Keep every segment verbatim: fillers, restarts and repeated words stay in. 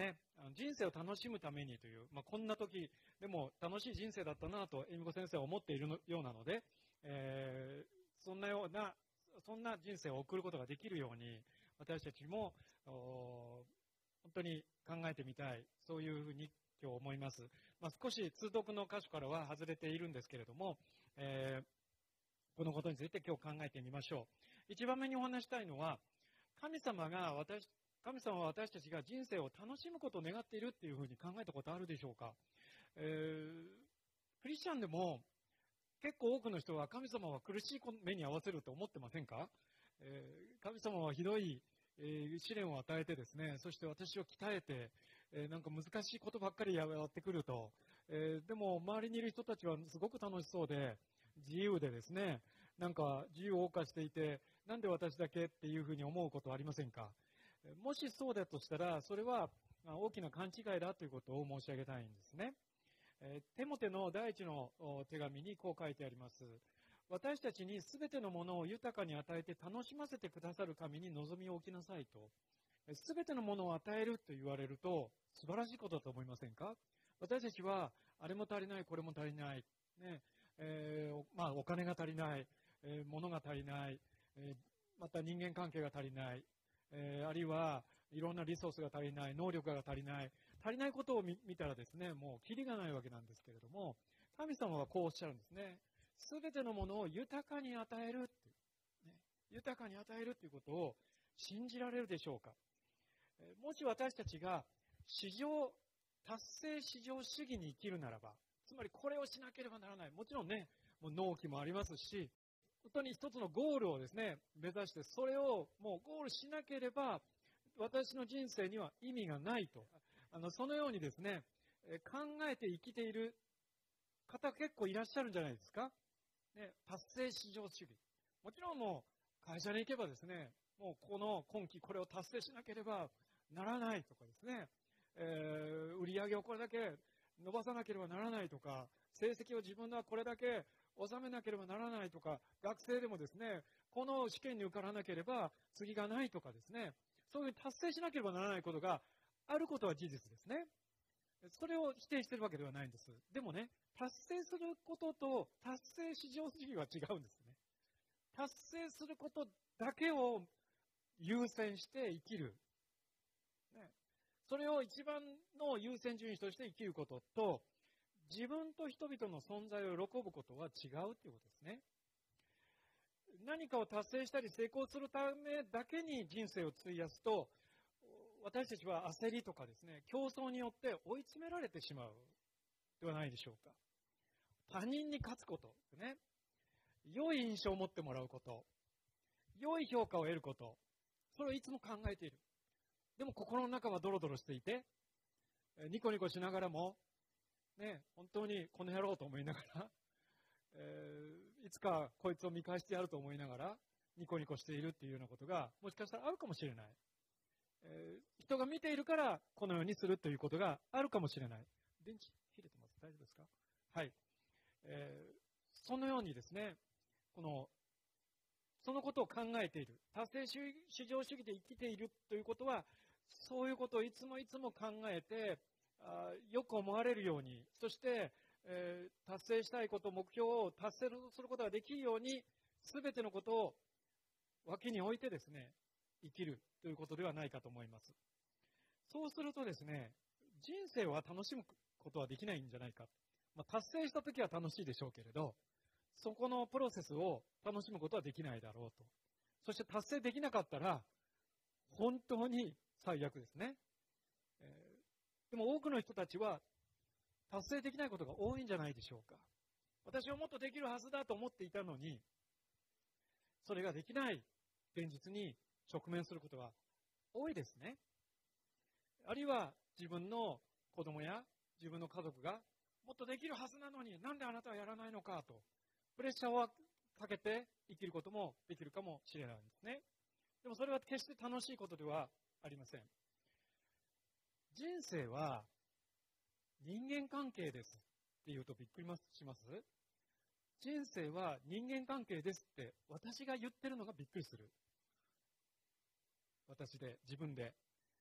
ね、あの人生を楽しむためにという、まあ、こんな時でも楽しい人生だったなと恵美子先生は思っているのようなので、えー、そんなようなそんな人生を送ることができるように、私たちも本当に考えてみたい、そういうふうに今日思います。まあ、少し通読の箇所からは外れているんですけれども、えー、このことについて今日考えてみましょう。一番目にお話したいのは、神様が私、神様は私たちが人生を楽しむことを願っているっていうふうに考えたことあるでしょうか。えー、クリスチャンでも結構多くの人は神様は苦しい目に遭わせると思ってませんか。えー、神様はひどい、えー、試練を与えてですね、そして私を鍛えて、えー、なんか難しいことばっかりやってくると、えー、でも周りにいる人たちはすごく楽しそうで自由でですね、なんか自由を謳歌していて、なんで私だけっていうふうに思うことはありませんか。もしそうだとしたら、それは大きな勘違いだということを申し上げたいんですね。テモテの第一の手紙にこう書いてあります。私たちにすべてのものを豊かに与えて楽しませてくださる神に望みを置きなさいと。すべてのものを与えると言われると素晴らしいことだと思いませんか。私たちはあれも足りない、これも足りない、ねえーまあ、お金が足りない、えー、物が足りない、えー、また人間関係が足りない、えー、あるいはいろんなリソースが足りない、能力が足りない、足りないことを 見, 見たらですね、もうキリがないわけなんですけれども、神様はこうおっしゃるんですね。すべてのものを豊かに与えるって、ね、豊かに与えるということを信じられるでしょうか。もし私たちが市場、達成市場主義に生きるならば、つまりこれをしなければならない。もちろんね、もう納期もありますし、本当に一つのゴールをですね、目指して、それをもうゴールしなければ、私の人生には意味がないと。あの、そのようにですね、考えて生きている方結構いらっしゃるんじゃないですか。ね、達成至上主義。もちろんもう会社に行けばですね、もうこの今期これを達成しなければならないとかですね、えー、売り上げをこれだけ伸ばさなければならないとか、成績を自分はこれだけ収めなければならないとか、学生でもですね、この試験に受からなければ次がないとかですね、そういう達成しなければならないことがあることは事実ですね。それを否定しているわけではないんです。でもね、達成することと達成至上主義は違うんですね。達成することだけを優先して生きる。ね、それを一番の優先順位として生きることと、自分と人々の存在を喜ぶことは違うということですね。何かを達成したり成功するためだけに人生を費やすと、私たちは焦りとかですね、競争によって追い詰められてしまうではないでしょうか。他人に勝つこと、ね、良い印象を持ってもらうこと、良い評価を得ること、それをいつも考えている。でも心の中はドロドロしていて、ニコニコしながらも、ね、本当にこの野郎と思いながら、えー、いつかこいつを見返してやると思いながら、ニコニコしているっていうようなことが、もしかしたらあるかもしれない。えー、人が見ているからこのようにするということがあるかもしれない。電池切れてます？大丈夫ですか？はい。えー、そのようにですね、このそのことを考えている。達成至上主義で生きているということは、そういうことをいつもいつも考えて、あよく思われるように、そして、えー、達成したいこと、目標を達成することができるように、すべてのことを脇に置いてですね、生きるということではないかと思います。そうするとですね、人生は楽しむことはできないんじゃないか。まあ、達成したときは楽しいでしょうけれど、そこのプロセスを楽しむことはできないだろうと。そして達成できなかったら、本当に最悪ですね。えー、でも多くの人たちは達成できないことが多いんじゃないでしょうか。私はもっとできるはずだと思っていたのに、それができない現実に直面することが多いですね。あるいは自分の子供や自分の家族がもっとできるはずなのになんであなたはやらないのかとプレッシャーをかけて生きることもできるかもしれないんですね。でもそれは決して楽しいことではありません。人生は人間関係ですって言うとびっくりします？人生は人間関係ですって私が言ってるのがびっくりする。私で、自分で。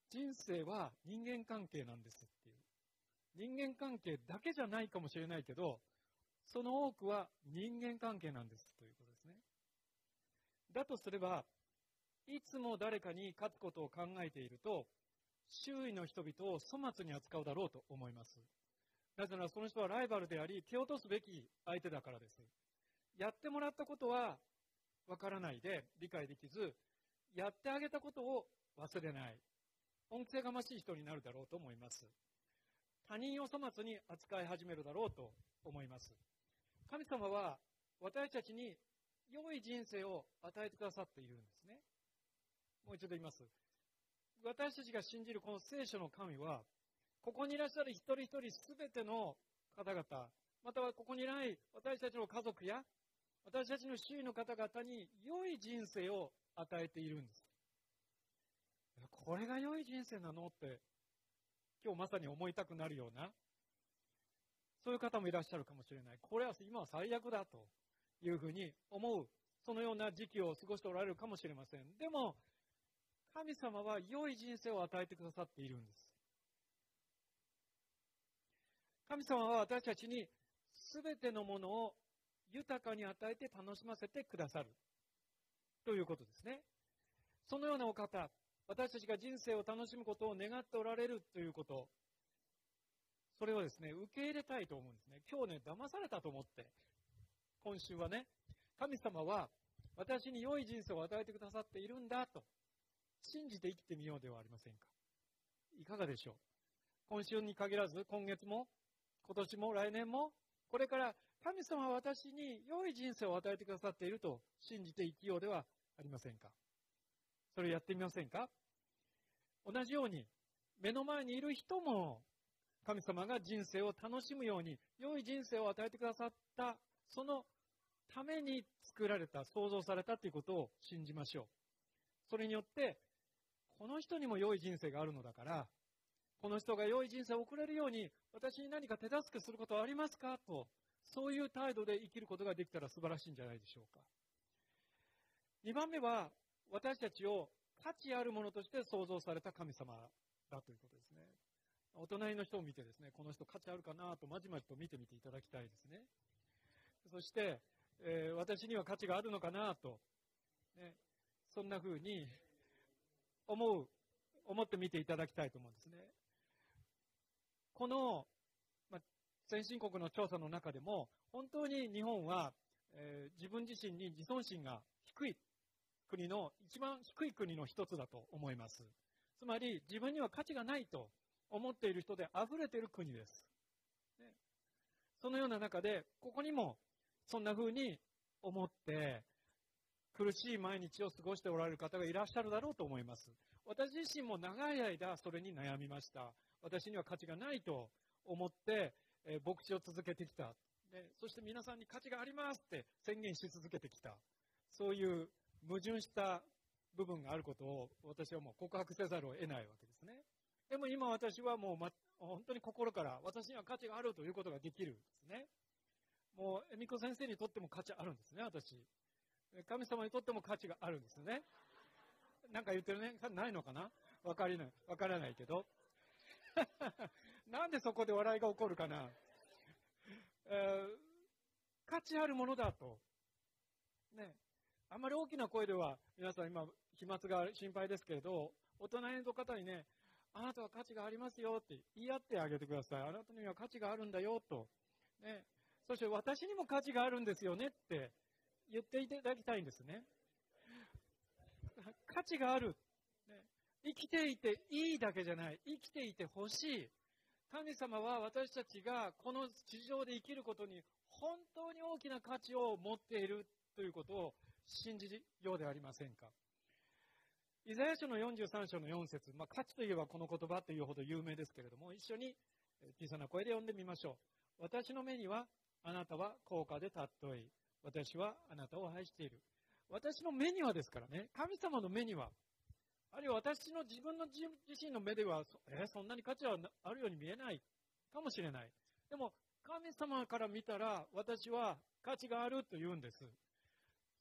人生は人間関係なんですっていう。人間関係だけじゃないかもしれないけど、その多くは人間関係なんですということですね。だとすれば、いつも誰かに勝つことを考えていると、周囲の人々を粗末に扱うだろうと思います。なぜならその人はライバルであり、蹴落とすべき相手だからです。やってもらったことはわからないで理解できず、やってあげたことを忘れない、恩着せがましい人になるだろうと思います。他人を粗末に扱い始めるだろうと思います。神様は私たちに良い人生を与えてくださっているんですね。もう一度言います。私たちが信じるこの聖書の神は、ここにいらっしゃる一人一人すべての方々、またはここにいない私たちの家族や私たちの周囲の方々に良い人生を与えているんです。これが良い人生なのって今日まさに思いたくなるような、そういう方もいらっしゃるかもしれない。これは今は最悪だというふうに思う、そのような時期を過ごしておられるかもしれません。でも神様は良い人生を与えてくださっているんです。神様は私たちにすべてのものを豊かに与えて楽しませてくださるということですね。そのようなお方、私たちが人生を楽しむことを願っておられるということ、それをですね、受け入れたいと思うんですね。今日ね、騙されたと思って、今週はね、神様は私に良い人生を与えてくださっているんだと信じて生きてみようではありませんか。いかがでしょう。今週に限らず、今月も今年も来年も、これから神様は私に良い人生を与えてくださっていると信じて生きようではありませんか。それをやってみませんか。同じように目の前にいる人も神様が人生を楽しむように良い人生を与えてくださった、そのために作られた、創造されたということを信じましょう。それによってこの人にも良い人生があるのだから、この人が良い人生を送れるように私に何か手助けすることはありますかと、そういう態度で生きることができたら素晴らしいんじゃないでしょうか。にばんめは、私たちを価値あるものとして創造された神様だということですね。お隣の人を見てですね、この人価値あるかなとまじまじと見てみていただきたいですね。そして、えー、私には価値があるのかなと、ね、そんな風に思う、思ってみていただきたいと思うんですね。この、まあ、先進国の調査の中でも、本当に日本は、えー、自分自身に自尊心が低い国の、一番低い国の一つだと思います。つまり、自分には価値がないと思っている人で溢れている国です。ね、そのような中で、ここにもそんな風に思って、苦しい毎日を過ごしておられる方がいらっしゃるだろうと思います。私自身も長い間それに悩みました。私には価値がないと思って、えー、牧師を続けてきた、ね。そして皆さんに価値がありますって宣言し続けてきた。そういう矛盾した部分があることを私はもう告白せざるを得ないわけですね。でも今私はもう、ま、本当に心から私には価値があるということができるんですね。もう恵美子先生にとっても価値あるんですね、私。神様にとっても価値があるんですね。なんか言ってるね。ないのかな、わかりない。わからないけど。なんでそこで笑いが起こるかな、えー、価値あるものだと。ね。あんまり大きな声では、皆さん今、飛沫が心配ですけれど、お隣の方にね、あなたは価値がありますよって言い合ってあげてください。あなたには価値があるんだよと。ね。そして私にも価値があるんですよねって言っていただきたいんですね。価値がある。ね。生きていていいだけじゃない。生きていてほしい。神様は私たちがこの地上で生きることに本当に大きな価値を持っているということを信じようではありませんか。イザヤ書のよんじゅうさん章のよん節、まあ、価値といえばこの言葉というほど有名ですけれども、一緒に小さな声で読んでみましょう。私の目にはあなたは高価で尊い。私はあなたを愛している。私の目にはですからね、神様の目には、あるいは私の自分の自身の目では、えー、そんなに価値はあるように見えないかもしれない。でも、神様から見たら、私は価値があると言うんです。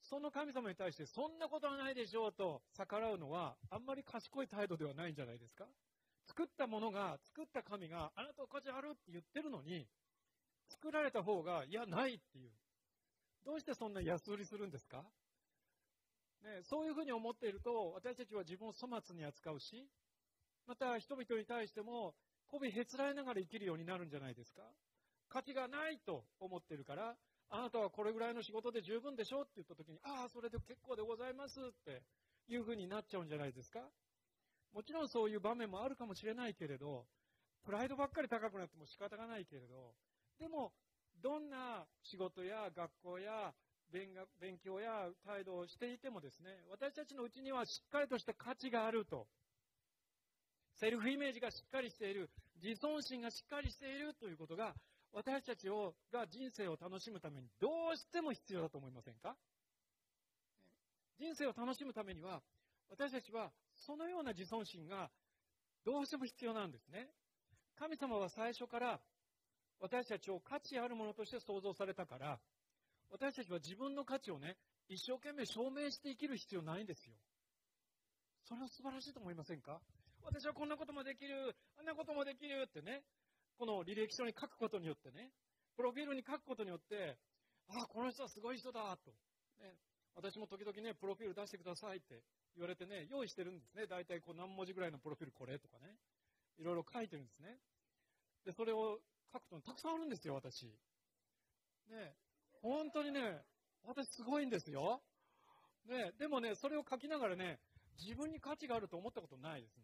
その神様に対して、そんなことはないでしょうと逆らうのは、あんまり賢い態度ではないんじゃないですか。作ったものが、作った神が、あなたは価値あるって言ってるのに、作られた方が、いや、ないっていう。どうしてそんな安売りするんですか、ね、そういうふうに思っていると、私たちは自分を粗末に扱うし、また人々に対しても、媚びへつらいながら生きるようになるんじゃないですか。価値がないと思ってるから、あなたはこれぐらいの仕事で十分でしょって言ったときに、ああ、それで結構でございますっていうふうになっちゃうんじゃないですか。もちろんそういう場面もあるかもしれないけれど、プライドばっかり高くなっても仕方がないけれど、でも、どんな仕事や学校や勉学勉強や態度をしていてもですね、私たちのうちにはしっかりとした価値があると。セルフイメージがしっかりしている、自尊心がしっかりしているということが、私たちをが人生を楽しむためにどうしても必要だと思いませんか？人生を楽しむためには、私たちはそのような自尊心がどうしても必要なんですね。神様は最初から私たちを価値あるものとして創造されたから、私たちは自分の価値をね、一生懸命証明して生きる必要ないんですよ。それは素晴らしいと思いませんか？私はこんなこともできる、あんなこともできるってね、この履歴書に書くことによってね、プロフィールに書くことによって、ああ、この人はすごい人だと、ね。私も時々ね、プロフィール出してくださいって言われてね、用意してるんですね。大体こう何文字ぐらいのプロフィールこれとかね、いろいろ書いてるんですね。で、それを書くとたくさんあるんですよ、私。ね、本当にね、私すごいんですよ。ね、でもね、それを書きながらね、自分に価値があると思ったことないですね。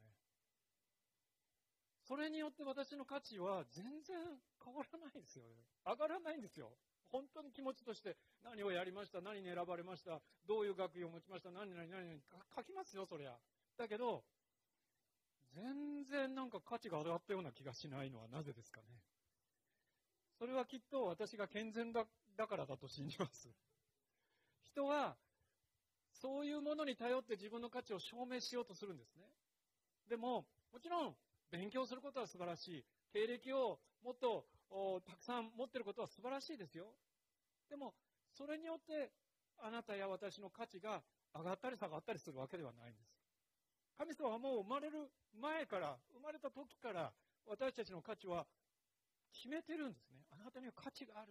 それによって私の価値は全然変わらないですよね。上がらないんですよ。本当に気持ちとして何をやりました、何に選ばれました、どういう学位を持ちました、何々何々書きますよ、そりゃ。だけど、全然なんか価値が上がったような気がしないのはなぜですかね。それはきっと私が健全だ、だからだと信じます。人はそういうものに頼って自分の価値を証明しようとするんですね。でも、もちろん勉強することは素晴らしい。経歴をもっとたくさん持っていることは素晴らしいですよ。でも、それによってあなたや私の価値が上がったり下がったりするわけではないんです。神様はもう生まれる前から、生まれた時から私たちの価値は決めてるんですね。あなたには価値がある。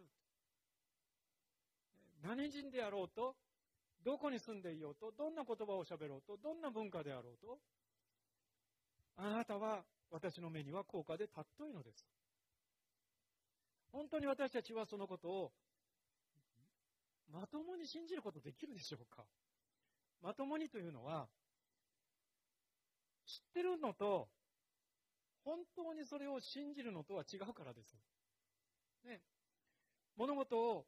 何人であろうと、どこに住んでいようと、どんな言葉を喋ろうと、どんな文化であろうと、あなたは私の目には高価で尊いのです。本当に私たちはそのことをまともに信じることできるでしょうか？まともにというのは、知ってるのと、本当にそれを信じるのとは違うからです。ね、物事を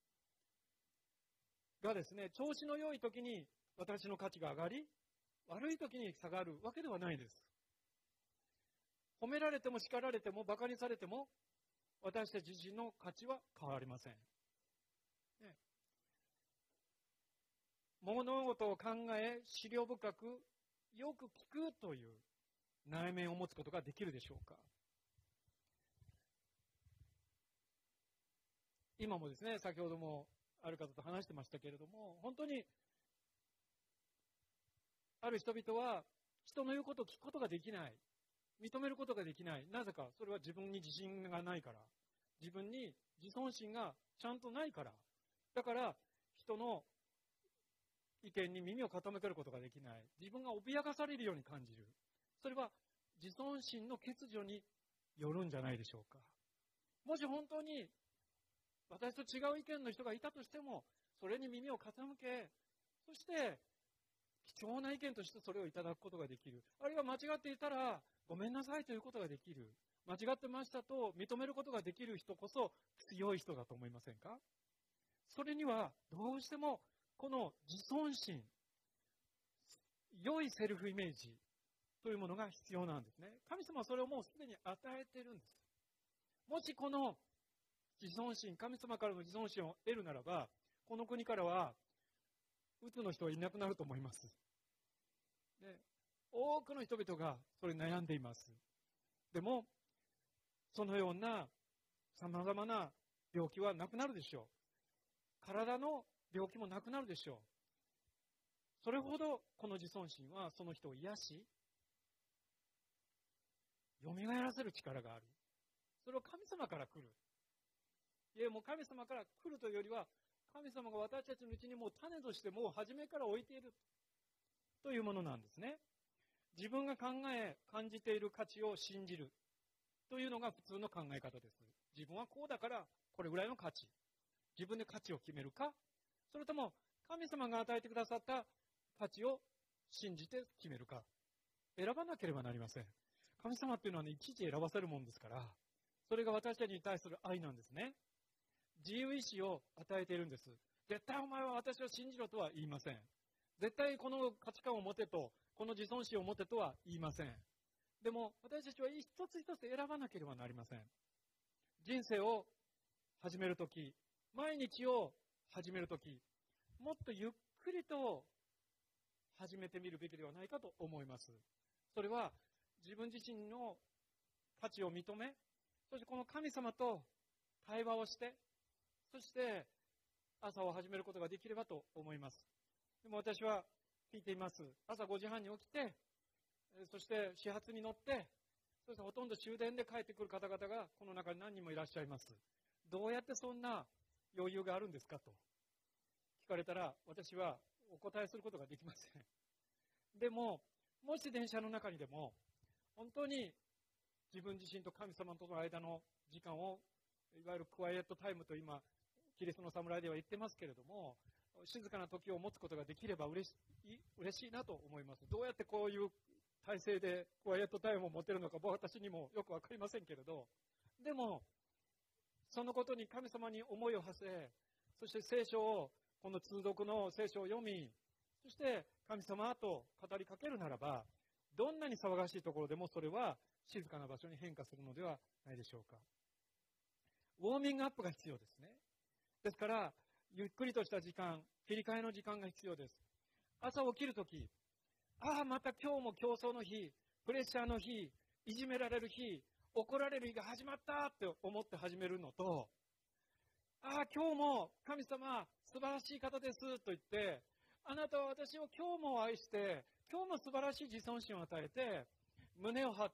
がですね、調子の良い時に私の価値が上がり、悪い時に下がるわけではないです。褒められても叱られても馬鹿にされても、私たち自身の価値は変わりません。ね、物事を考え、思慮深く、よく聞くという内面を持つことができるでしょうか？今もですね、先ほどもある方と話してましたけれども、本当にある人々は人の言うことを聞くことができない、認めることができない。なぜか、それは自分に自信がないから、自分に自尊心がちゃんとないから。だから人の意見に耳を傾けることができない。自分が脅かされるように感じる。それは自尊心の欠如によるんじゃないでしょうか。もし本当に私と違う意見の人がいたとしても、それに耳を傾け、そして貴重な意見としてそれをいただくことができる。あるいは間違っていたらごめんなさいということができる。間違ってましたと認めることができる人こそ強い人だと思いませんか？それにはどうしてもこの自尊心、良いセルフイメージというものが必要なんですね。神様はそれをもうすでに与えているんです。もしこの自尊心、神様からの自尊心を得るならば、この国からはうつの人はいなくなると思います。で、多くの人々がそれに悩んでいます。でも、そのようなさまざまな病気はなくなるでしょう。体の病気もなくなるでしょそれほどこの自尊心はその人を癒し、蘇らせる力がある。それは神様から来る。いや、もう神様から来るというよりは、神様が私たちのうちにもう種としてもう初めから置いているというものなんですね。自分が考え、感じている価値を信じるというのが普通の考え方です。自分はこうだからこれぐらいの価値。自分で価値を決めるか、それとも神様が与えてくださった価値を信じて決めるか。選ばなければなりません。神様っていうのはね、いちいち選ばせるもんですから、それが私たちに対する愛なんですね。自由意志を与えているんです。絶対お前は私を信じろとは言いません。絶対この価値観を持てと、この自尊心を持てとは言いません。でも私たちは一つ一つ選ばなければなりません。人生を始めるとき、毎日を始めるとき、もっとゆっくりと始めてみるべきではないかと思います。それは自分自身の価値を認め、そしてこの神様と対話をして、そして朝を始めることができればと思います。でも私は聞いています。朝ごじはんに起きて、そして始発に乗って、そしてほとんど終電で帰ってくる方々がこの中に何人もいらっしゃいます。どうやってそんな余裕があるんですかと聞かれたら、私はお答えすることができません。でも、もし電車の中にでも、本当に自分自身と神様との間の時間を、いわゆるクワイエットタイムと今、キリストの侍では言ってますけれども、静かな時を持つことができれば嬉しい、嬉しいなと思います。どうやってこういう体制でクワイエットタイムを持てるのか、私にもよくわかりませんけれど、でも、そのことに神様に思いを馳せ、そして聖書を、この通読の聖書を読み、そして神様と語りかけるならば、どんなに騒がしいところでもそれは静かな場所に変化するのではないでしょうか。ウォーミングアップが必要ですね。ですから、ゆっくりとした時間、切り替えの時間が必要です。朝起きるとき、ああ、また今日も競争の日、プレッシャーの日、いじめられる日、怒られる日が始まったって思って始めるのと、ああ、今日も神様、素晴らしい方ですと言って、あなたは私を今日も愛して、今日も素晴らしい自尊心を与えて、胸を張って、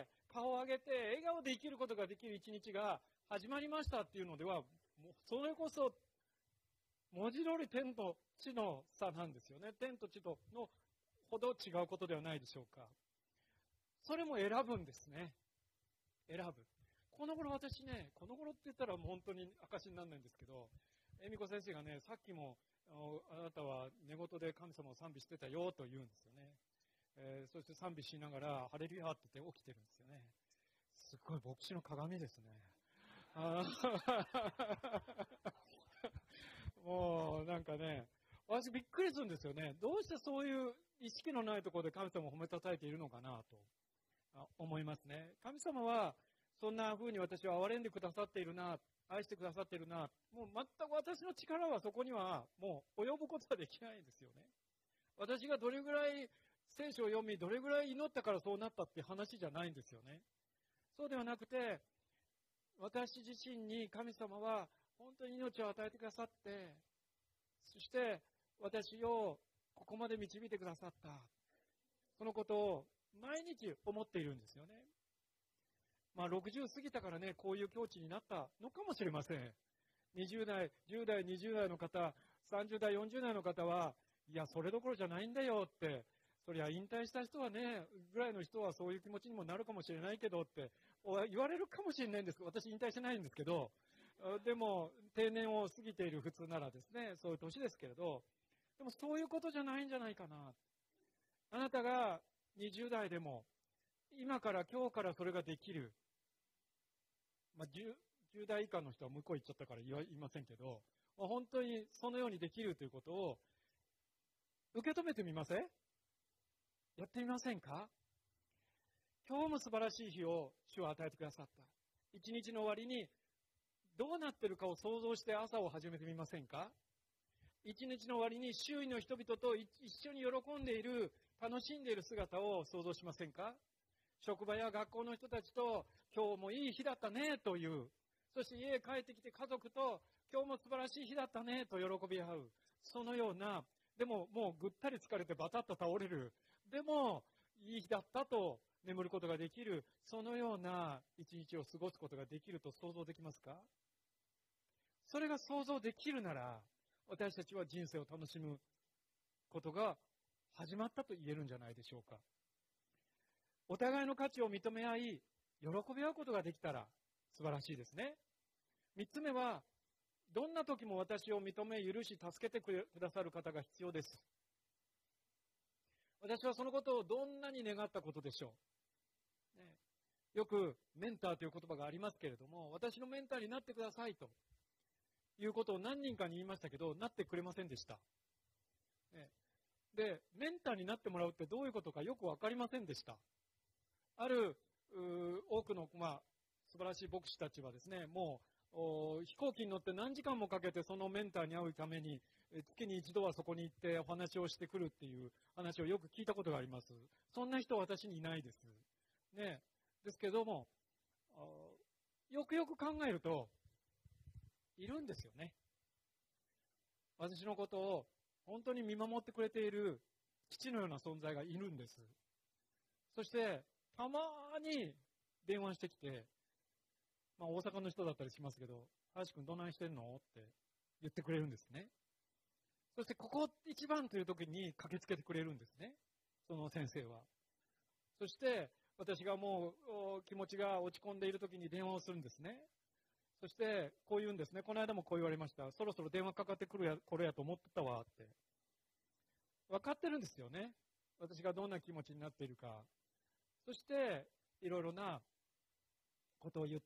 顔を上げて、笑顔で生きることができる一日が始まりましたっていうのでは、もうそれこそ、文字通り天と地の差なんですよね。天と地とのほど違うことではないでしょうか。それも選ぶんですね。選ぶ。この頃私ね、この頃って言ったらもう本当に証にならないんですけど、恵美子先生がね、さっきもあなたは寝言で神様を賛美してたよと言うんですよね。えー、そして賛美しながら、ハレルヤって言って起きてるんですよね。すごい牧師の鏡ですね。あもうなんかね、私びっくりするんですよね。どうしてそういう意識のないところで神様を褒めたたえているのかなと思いますね。神様はそんな風に私は憐れんでくださっているな、愛してくださっているな、もう全く私の力はそこにはもう及ぶことはできないんですよね。私がどれぐらい聖書を読み、どれぐらい祈ったからそうなったっていう話じゃないんですよね。そうではなくて、私自身に神様は本当に命を与えてくださって、そして私をここまで導いてくださった。そのことを毎日思っているんですよね。まあろくじゅう過ぎたからね、こういう境地になったのかもしれません。にじゅう代、じゅう代、にじゅう代の方、さんじゅう代、よんじゅう代の方は、いや、それどころじゃないんだよって、そりゃ引退した人はね、ぐらいの人はそういう気持ちにもなるかもしれないけどって言われるかもしれないんですけど、私引退してないんですけど、でも定年を過ぎている普通ならですね、そういう年ですけれど、でもそういうことじゃないんじゃないかな。あなたがにじゅう代でも、今から今日からそれができる。まあ、じゅう, じゅう代以下の人は向こう行っちゃったから言いませんけど、まあ、本当にそのようにできるということを受け止めてみません？やってみませんか？今日も素晴らしい日を主は与えてくださった。一日の終わりにどうなっているかを想像して朝を始めてみませんか？一日の終わりに周囲の人々と一緒に喜んでいる、楽しんでいる姿を想像しませんか？職場や学校の人たちと今日もいい日だったねという、そして家へ帰ってきて家族と今日も素晴らしい日だったねと喜び合う、そのような、 でももうぐったり疲れてバタッと倒れる。でもいい日だったと眠ることができる。そのような一日を過ごすことができると想像できますか？それが想像できるなら、私たちは人生を楽しむことが始まったと言えるんじゃないでしょうか。お互いの価値を認め合い、喜び合うことができたら素晴らしいですね。三つ目は、どんな時も私を認め、許し、助けてくださる方が必要です。私はそのことをどんなに願ったことでしょう。ね、よくメンターという言葉がありますけれども、私のメンターになってくださいということを何人かに言いましたけど、なってくれませんでした。ね、で、メンターになってもらうってどういうことかよくわかりませんでした。ある多くの、まあ、素晴らしい牧師たちはですね、もう飛行機に乗って何時間もかけてそのメンターに会うために月に一度はそこに行ってお話をしてくるっていう話をよく聞いたことがあります。そんな人は私にいないです。ね、ですけども、よくよく考えるといるんですよね。私のことを本当に見守ってくれている父のような存在がいるんです。そしてたまに電話してきて、まあ、大阪の人だったりしますけど、林君どないしてんのって言ってくれるんですね。そしてここ一番という時に駆けつけてくれるんですね、その先生は。そして私がもう気持ちが落ち込んでいる時に電話をするんですね。そしてこう言うんですね。この間もこう言われました。そろそろ電話かかってくるやこれやと思ってたわって。分かってるんですよね、私がどんな気持ちになっているか。そしていろいろなことを言って、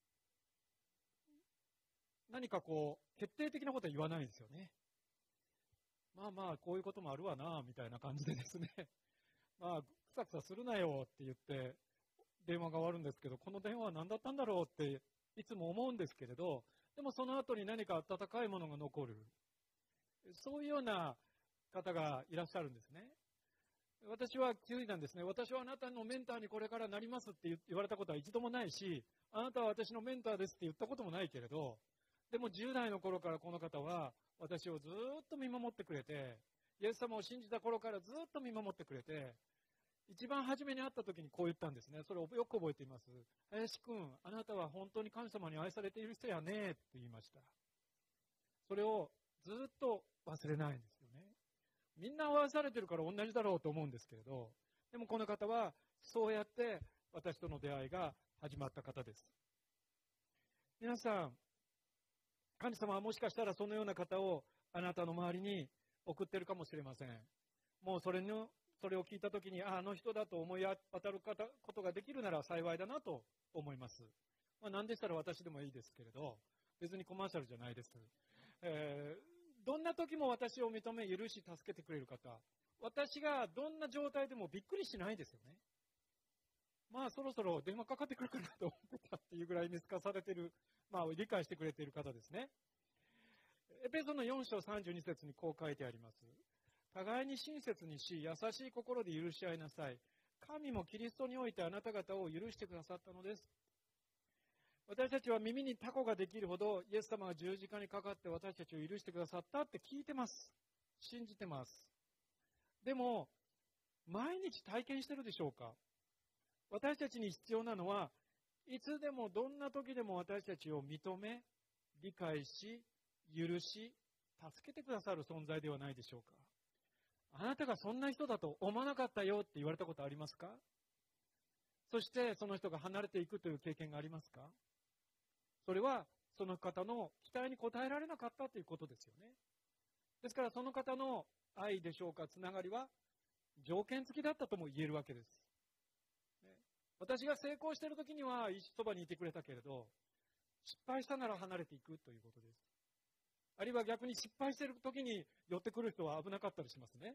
何かこう決定的なことは言わないんですよね。まあまあこういうこともあるわなみたいな感じでですねまあくさくさするなよって言って電話が終わるんですけど、この電話は何だったんだろうっていつも思うんですけれど、でもその後に何か温かいものが残る、そういうような方がいらっしゃるんですね。私は気づいたんですね。私はあなたのメンターにこれからなりますって言われたことは一度もないし、あなたは私のメンターですって言ったこともないけれど、でもじゅう代の頃からこの方は私をずっと見守ってくれて、イエス様を信じた頃からずっと見守ってくれて、一番初めに会った時にこう言ったんですね。それをよく覚えています。林君、あなたは本当に神様に愛されている人やねって言いました。それをずっと忘れないんですよね。みんな愛されてるから同じだろうと思うんですけれど、でもこの方はそうやって私との出会いが始まった方です。皆さん、神様はもしかしたらそのような方をあなたの周りに送っているかもしれません。もうそれのそれを聞いたときに、あ、あの人だと思い当たることができるなら幸いだなと思います。まあ、何でしたら私でもいいですけれど、別にコマーシャルじゃないです。えー、どんな時も私を認め、許し、助けてくれる方。私がどんな状態でもびっくりしないですよね。まあそろそろ電話かかってくるかなと思ってたっていうぐらい見透かされている、まあ理解してくれている方ですね。エペソのよん章さんじゅうに節にこう書いてあります。互いに親切にし、優しい心で許し合いなさい。神もキリストにおいてあなた方を許してくださったのです。私たちは耳にタコができるほど、イエス様が十字架にかかって私たちを許してくださったって聞いてます。信じてます。でも、毎日体験してるでしょうか？私たちに必要なのは、いつでもどんな時でも私たちを認め、理解し、許し、助けてくださる存在ではないでしょうか？あなたがそんな人だと思わなかったよって言われたことありますか？そしてその人が離れていくという経験がありますか？それはその方の期待に応えられなかったということですよね。ですからその方の愛でしょうか、つながりは条件付きだったとも言えるわけです。私が成功している時にはそばにいてくれたけれど、失敗したなら離れていくということです。あるいは逆に失敗している時に寄ってくる人は危なかったりしますね。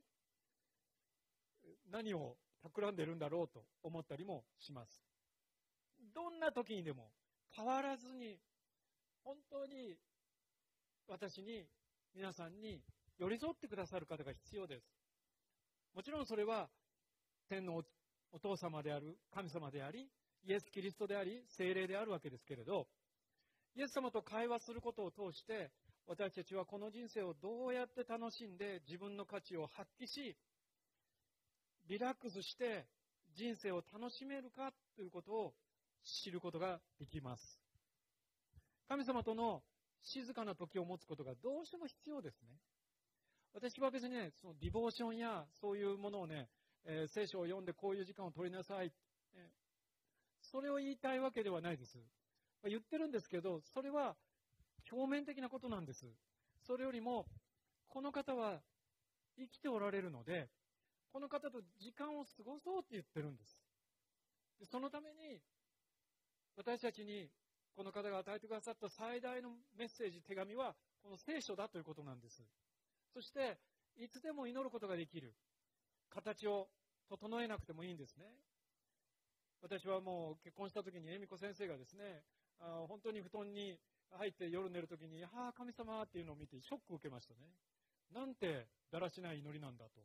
何を企んでいるんだろうと思ったりもします。どんな時にでも変わらずに本当に私に、皆さんに寄り添ってくださる方が必要です。もちろんそれは天のお父様である神様であり、イエス・キリストであり、聖霊であるわけですけれど、イエス様と会話することを通して、 私たちはこの人生をどうやって楽しんで自分の価値を発揮し、リラックスして人生を楽しめるかということを知ることができます。神様との静かな時を持つことがどうしても必要ですね。私は別にね、そのディボーションやそういうものをね、えー、聖書を読んでこういう時間を取りなさい、えー、それを言いたいわけではないです。言ってるんですけど、それは表面的なことなんです。それよりも、この方は生きておられるので、この方と時間を過ごそうって言ってるんです。でそのために、私たちにこの方が与えてくださった最大のメッセージ、手紙は、この聖書だということなんです。そして、いつでも祈ることができる。形を整えなくてもいいんですね。私はもう結婚した時に恵美子先生がですね、あ本当に布団に入って夜寝る時に、ああ、神様っていうのを見てショックを受けましたね。なんてだらしない祈りなんだと。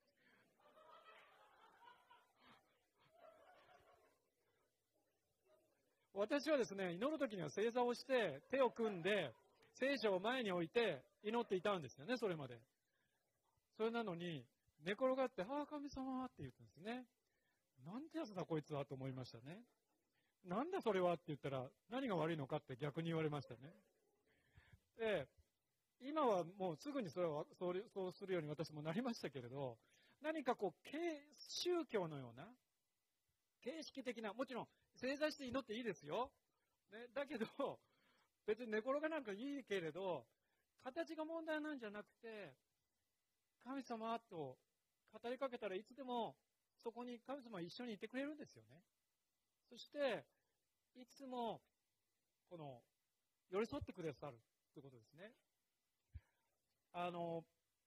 私はですね、祈る時には正座をして手を組んで聖書を前に置いて祈っていたんですよね、それまで。それなのに寝転がって、ああ、神様って言ってんですね。なんてやつだこいつはと思いましたね。なんだそれはって言ったら、何が悪いのかって逆に言われましたね。で、今はもうすぐにそれはそうそうするように私もなりましたけれど、何かこう、宗教のような、形式的な、もちろん正座して祈っていいですよ。ね、だけど、別に寝転がなんかいいけれど、形が問題なんじゃなくて、神様と語りかけたらいつでもそこに神様は一緒にいてくれるんですよね。そして、いつもこの寄り添ってくださるということですね。あの、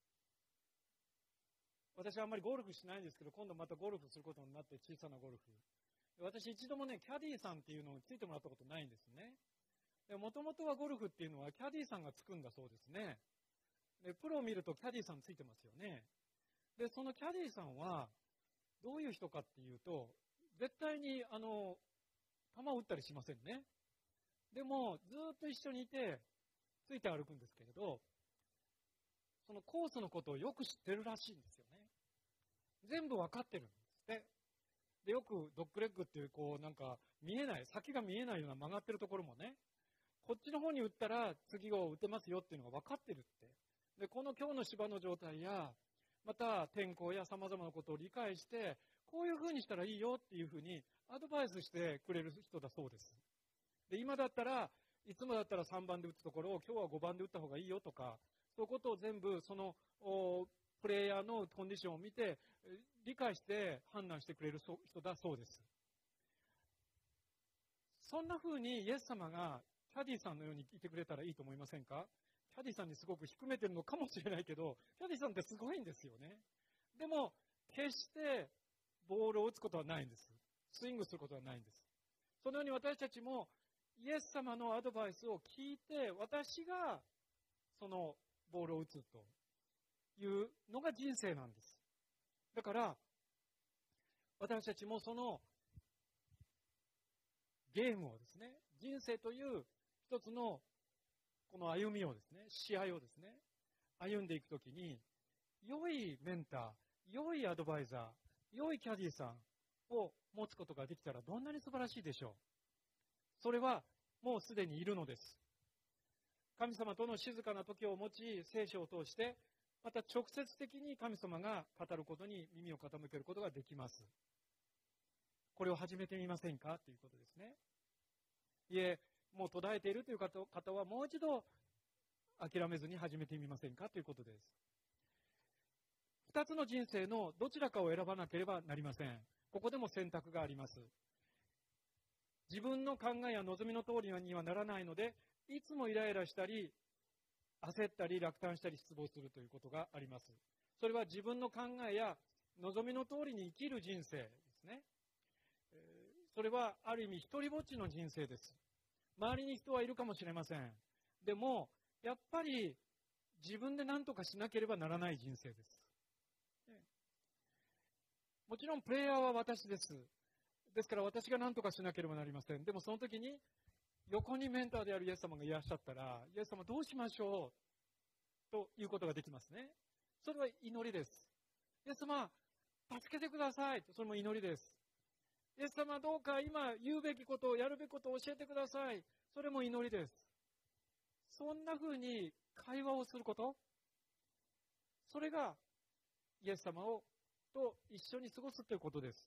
私はあんまりゴルフしないんですけど、今度またゴルフすることになって、小さなゴルフ。私一度もね、キャディーさんっていうのをついてもらったことないんですね。もともとはゴルフっていうのはキャディーさんがつくんだそうですね。でプロを見るとキャディーさんついてますよね。で、そのキャディーさんはどういう人かっていうと、絶対にあの、球を打ったりしませんね。でも、ずっと一緒にいて、ついて歩くんですけれど、そのコースのことをよく知ってるらしいんですよね。全部わかってるんですって。で、よくドッグレッグっていう、こう、なんか、見えない、先が見えないような曲がってるところもね、こっちの方に打ったら次を打てますよっていうのが分かってるって。で、この今日の芝の状態や、また天候や様々なことを理解して、こういう風にしたらいいよっていう風にアドバイスしてくれる人だそうです。で、今だったら、いつもだったらさんばんで打つところを今日はごばんで打った方がいいよとか、そういうことを全部そのプレイヤーのコンディションを見て理解して判断してくれる人だそうです。そんな風にイエス様がキャディさんのようにいてくれたらいいと思いませんか？キャディさんにすごく低めてるのかもしれないけど、キャディさんってすごいんですよね。でも、決してボールを打つことはないんです。スイングすることはないんです。そのように私たちもイエス様のアドバイスを聞いて、私がそのボールを打つというのが人生なんです。だから、私たちもそのゲームをですね、人生という一つのこの歩みをですね、試合をですね、歩んでいくときに、良いメンター、良いアドバイザー、良いキャディーさんを持つことができたらどんなに素晴らしいでしょう。それはもうすでにいるのです。神様との静かな時を持ち、聖書を通して、また直接的に神様が語ることに耳を傾けることができます。これを始めてみませんかということですね。いえ、もう途絶えているという方はもう一度諦めずに始めてみませんかということです。二つの人生のどちらかを選ばなければなりません。ここでも選択があります。自分の考えや望みの通りにはならないので、いつもイライラしたり、焦ったり、落胆したり、失望するということがあります。それは自分の考えや望みの通りに生きる人生ですね。それはある意味一人ぼっちの人生です。周りに人はいるかもしれません。でも、やっぱり自分で何とかしなければならない人生です。もちろんプレイヤーは私です。ですから私が何とかしなければなりません。でもその時に横にメンターであるイエス様がいらっしゃったら、イエス様どうしましょうということができますね。それは祈りです。イエス様、助けてください。それも祈りです。イエス様、どうか今言うべきことを、やるべきことを教えてください。それも祈りです。そんな風に会話をすること、それがイエス様をと一緒に過ごすということです。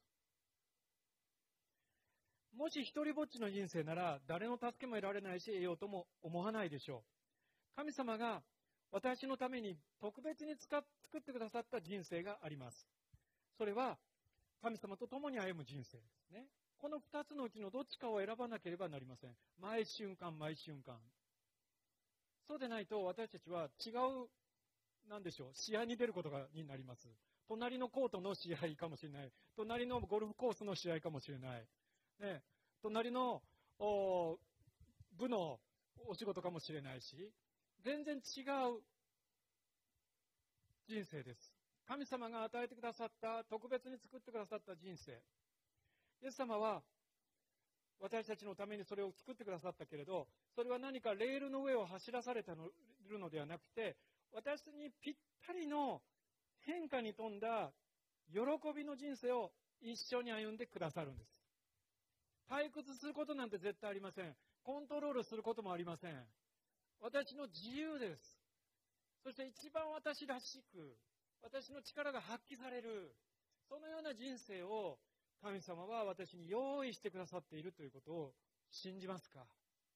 もし一人ぼっちの人生なら、誰の助けも得られないし、得ようとも思わないでしょう。神様が私のために特別に使っ作ってくださった人生があります。それは、神様と共に歩む人生ですね。この二つのうちのどっちかを選ばなければなりません。毎瞬間、毎瞬間。そうでないと、私たちは違う、なんでしょう、試合に出ることがになります。隣のコートの試合かもしれない。隣のゴルフコースの試合かもしれない。ね、隣の部のお仕事かもしれないし、全然違う人生です。神様が与えてくださった、特別に作ってくださった人生。イエス様は私たちのためにそれを作ってくださったけれど、それは何かレールの上を走らされているのではなくて、私にぴったりの変化に富んだ喜びの人生を一緒に歩んでくださるんです。退屈することなんて絶対ありません。コントロールすることもありません。私の自由です。そして一番私らしく、私の力が発揮される、そのような人生を神様は私に用意してくださっているということを信じますか？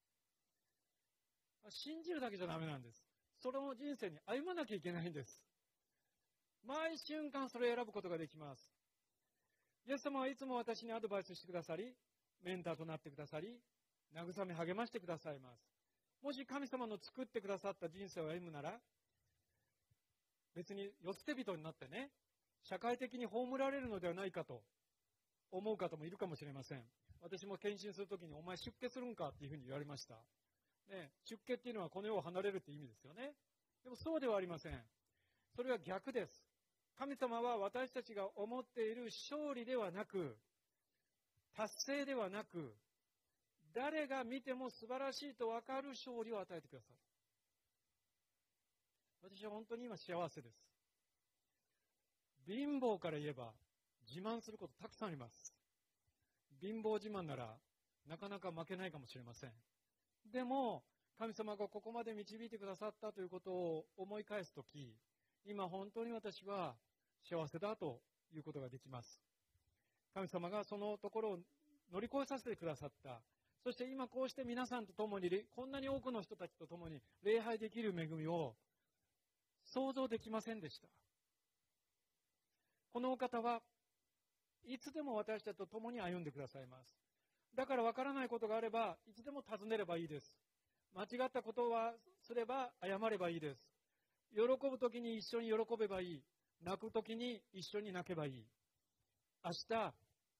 信じるだけじゃダメなんです。その人生に歩まなきゃいけないんです。毎瞬間それを選ぶことができます。イエス様はいつも私にアドバイスしてくださり、メンターとなってくださり、慰め励ましてくださいます。もし神様の作ってくださった人生を歩むなら、別に世捨て人になってね、社会的に葬られるのではないかと思う方もいるかもしれません。私も献身するときに、お前出家するんかっていうふうに言われました。ね、出家っていうのはこの世を離れるっていう意味ですよね。でもそうではありません。それは逆です。神様は私たちが思っている勝利ではなく、達成ではなく、誰が見ても素晴らしいと分かる勝利を与えてくださる。私は本当に今幸せです。貧乏から言えば自慢することたくさんあります。貧乏自慢ならなかなか負けないかもしれません。でも神様がここまで導いてくださったということを思い返すとき、今本当に私は幸せだということができます。神様がそのところを乗り越えさせてくださった。そして今こうして皆さんと共に、こんなに多くの人たちと共に礼拝できる恵みを想像できませんでした。このお方はいつでも私たちと共に歩んでくださいます。だからわからないことがあればいつでも尋ねればいいです。間違ったことはすれば謝ればいいです。喜ぶときに一緒に喜べばいい。泣くときに一緒に泣けばいい。明日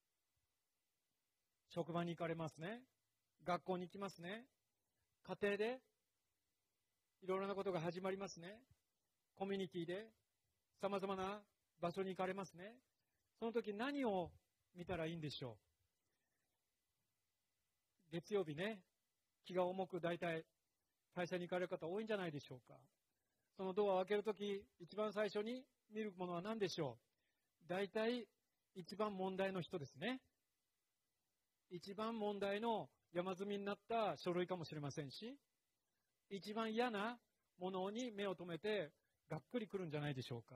職場に行かれますね。学校に行きますね。家庭でいろいろなことが始まりますね。コミュニティでさまざまな場所に行かれますね。その時何を見たらいいんでしょう。月曜日ね、気が重く大体会社に行かれる方多いんじゃないでしょうか。そのドアを開けるとき一番最初に見るものは何でしょう。大体一番問題の人ですね。一番問題の山積みになった書類かもしれませんし、一番嫌なものに目を留めてがっくりくるんじゃないでしょうか。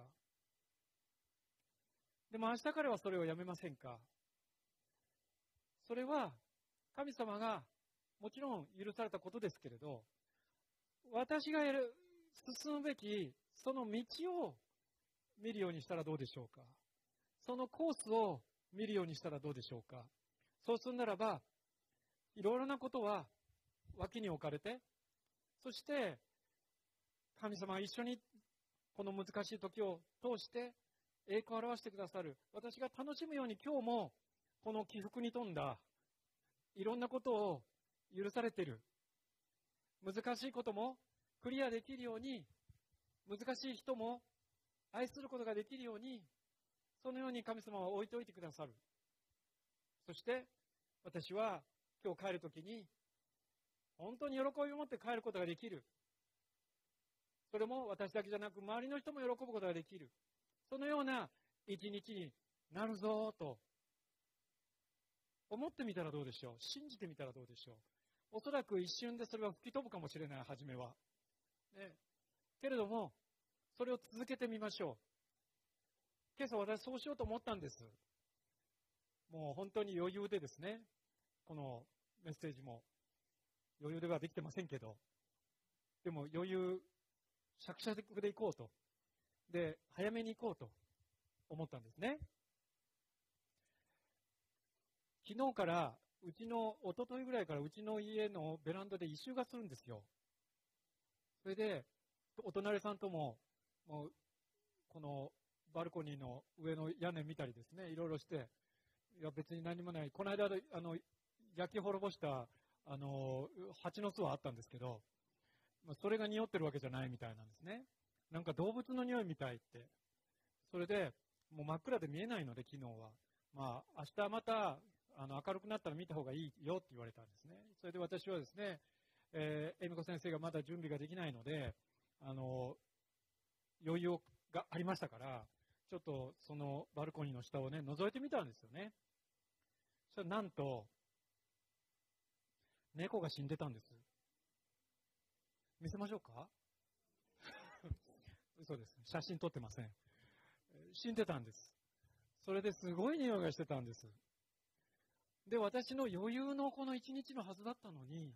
でも明日からはそれをやめませんか。それは神様がもちろん許されたことですけれど、私がやる進むべきその道を見るようにしたらどうでしょうか。そのコースを見るようにしたらどうでしょうか。そうするならば、いろいろなことは脇に置かれて、そして神様は一緒にこの難しい時を通して栄光を表してくださる。私が楽しむように今日もこの起伏に富んだいろんなことを許されている。難しいこともクリアできるように、難しい人も愛することができるように、そのように神様は置いておいてくださる。そして私は今日帰るときに本当に喜びを持って帰ることができる。それも私だけじゃなく、周りの人も喜ぶことができる。そのような一日になるぞと思ってみたらどうでしょう。信じてみたらどうでしょう。おそらく一瞬でそれは吹き飛ぶかもしれない、初めは。ね、けれども、それを続けてみましょう。今朝私そうしようと思ったんです。もう本当に余裕でですね、このメッセージも余裕ではできてませんけど、でも余裕、シャクシャクで行こうと。で、早めに行こうと思ったんですね。昨日から、うちの、一昨日ぐらいからうちの家のベランダで異臭がするんですよ。それで、お隣さんとも、もう、このバルコニーの上の屋根見たりですね、いろいろして、いや別に何もない。この間、あの、焼き滅ぼした、あの、蜂の巣はあったんですけど、それが匂ってるわけじゃないみたいなんですね。なんか動物の匂いみたいって。それで、もう真っ暗で見えないので、昨日は。まあ、明日また、あの、明るくなったら見た方がいいよって言われたんですね。それで私はですね、えー、恵美子先生がまだ準備ができないので、あの、余裕がありましたから、ちょっとそのバルコニーの下をね、覗いてみたんですよね。そしたらなんと、猫が死んでたんです。見せましょうか嘘です。写真撮ってません。死んでたんです。それですごい匂いがしてたんです。で、私の余裕のこの一日のはずだったのに、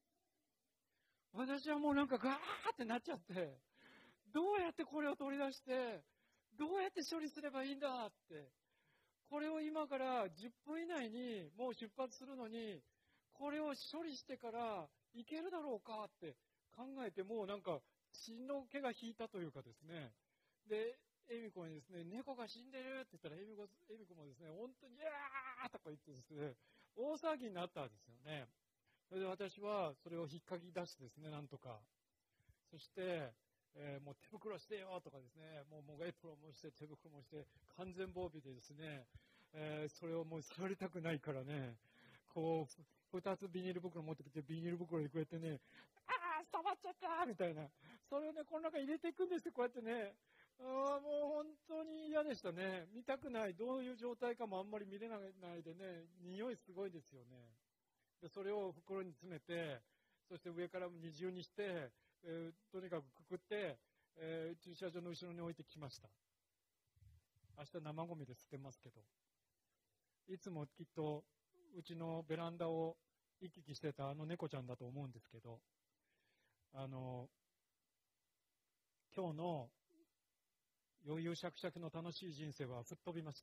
私はもうなんかガーってなっちゃって、どうやってこれを取り出して、どうやって処理すればいいんだって、これを今からじゅっぷん以内にもう出発するのに、これを処理してから行けるだろうかって考えて、もうなんか血の気が引いたというかですね。で、恵美子にですね、猫が死んでるって言ったら、恵美子、恵美子もですね、本当に、いやーとか言ってですね、大騒ぎになったんですよね。それで私はそれを引っかき出してですね、なんとか。そして、えー、もう手袋してよとかですね、もうもうエプロンもして手袋もして、完全防備でですね、えー、それをもう触りたくないからね、こう、二つビニール袋持ってきて、ビニール袋にこうやってね、あー、触っちゃったみたいな。それをね、この中に入れていくんですよ、こうやってね。あもう本当に嫌でしたね。見たくない。どういう状態かもあんまり見れないでね、匂いすごいですよね。で、それを袋に詰めて、そして上から二重にして、えー、とにかくくくって、えー、駐車場の後ろに置いてきました。明日生ゴミで捨てますけど。いつもきっと、うちのベランダを行き来してたあの猫ちゃんだと思うんですけど、あの、今日の余裕しゃくしゃくの楽しい人生は吹っ飛びました。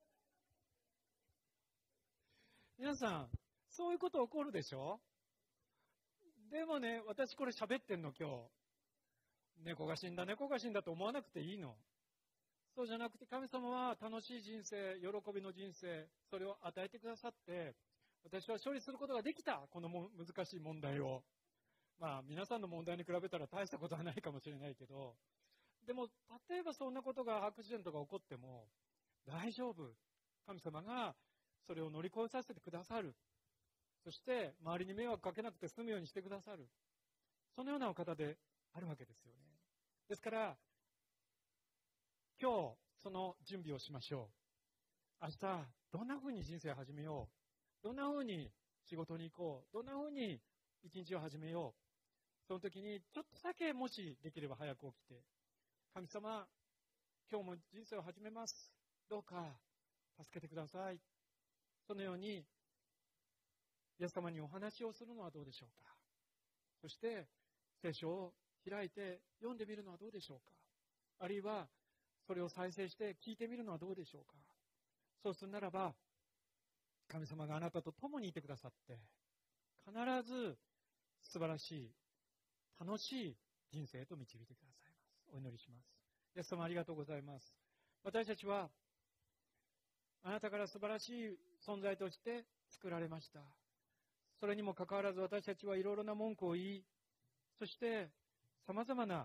皆さん、そういうこと起こるでしょ？でもね、私これ喋ってんの今日。猫が死んだ、猫が死んだと思わなくていいの。そうじゃなくて、神様は楽しい人生、喜びの人生、それを与えてくださって、私は処理することができた、このも難しい問題を。まあ、皆さんの問題に比べたら大したことはないかもしれないけど、でも、例えばそんなことが、アクシデントが起こっても、大丈夫。神様がそれを乗り越えさせてくださる。そして、周りに迷惑かけなくて済むようにしてくださる。そのようなお方であるわけですよね。ですから、今日、その準備をしましょう。明日、どんな風に人生を始めよう。どんな風に仕事に行こう。どんな風に一日を始めよう。その時に、ちょっとだけもしできれば早く起きて、神様、今日も人生を始めます。どうか助けてください。そのように、イエス様にお話をするのはどうでしょうか。そして、聖書を開いて読んでみるのはどうでしょうか。あるいは、それを再生して聞いてみるのはどうでしょうか。そうするならば、神様があなたと共にいてくださって、必ず素晴らしい、楽しい人生へと導いてくださいます。お祈りします。イエス様ありがとうございます。私たちは、あなたから素晴らしい存在として作られました。それにもかかわらず私たちはいろいろな文句を言い、そして様々な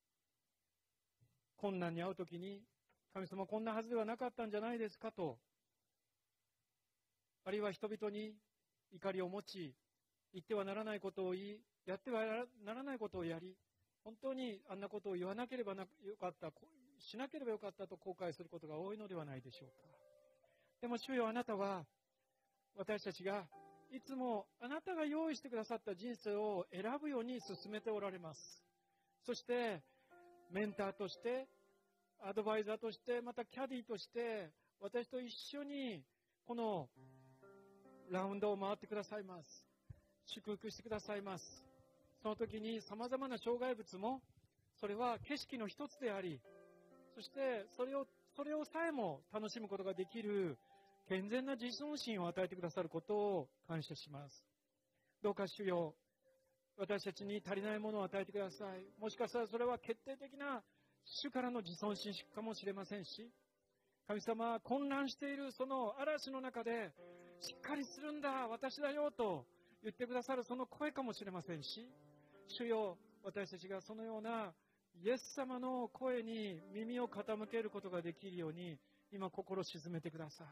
困難に遭うときに、神様こんなはずではなかったんじゃないですかと、あるいは人々に怒りを持ち、 言ってはならないことを言い、やってはならないことをやり、本当にあんなことを言わなければなよかった、しなければよかったと後悔することが多いのではないでしょうか。でも主よ、あなたは私たちがいつもあなたが用意してくださった人生を選ぶように進めておられます。そしてメンターとして、アドバイザーとして、またキャディーとして私と一緒にこのラウンドを回ってくださいます。祝福してくださいます。その時にさまざまな障害物も、それは景色の一つであり、そしてそれをそれをさえも楽しむことができる健全な自尊心を与えてくださることを感謝します。どうか主よ、私たちに足りないものを与えてください。もしかしたらそれは決定的な主からの自尊心かもしれませんし、神様は混乱しているその嵐の中で、しっかりするんだ、私だよと言ってくださるその声かもしれませんし、主よ、私たちがそのようなイエス様の声に耳を傾けることができるように、今心を沈めてください。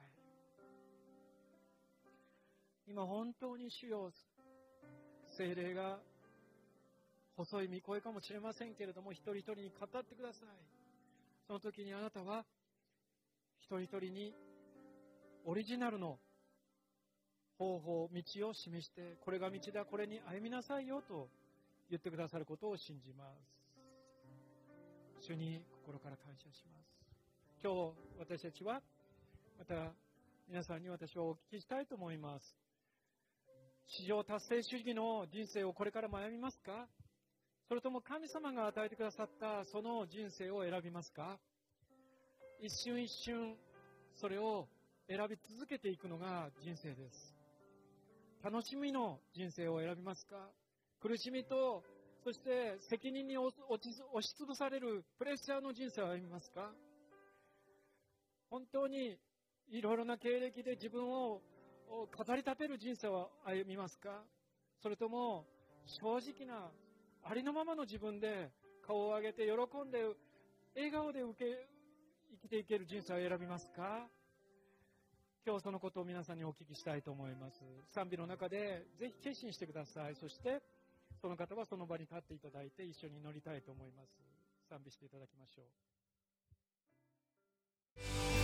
今本当に主よ、聖霊が細い御声かもしれませんけれども、一人一人に語ってください。その時にあなたは一人一人にオリジナルの方法、道を示して、これが道だ、これに歩みなさいよと言ってくださることを信じます。主に心から感謝します。今日私たちはまた皆さんに私はお聞きしたいと思います。至上達成主義の人生をこれからも歩みますか？それとも神様が与えてくださったその人生を選びますか？一瞬一瞬それを選び続けていくのが人生です。楽しみの人生を選びますか？苦しみと、そして責任に押しつぶされるプレッシャーの人生を歩みますか？本当にいろいろな経歴で自分を語り立てる人生を歩みますか？それとも正直なありのままの自分で顔を上げて喜んで笑顔で受け生きていける人生を選びますか？今日そのことを皆さんにお聞きしたいと思います。賛美の中でぜひ決心してください。そしてその方はその場に立っていただいて一緒に祈りたいと思います。賛美していただきましょう。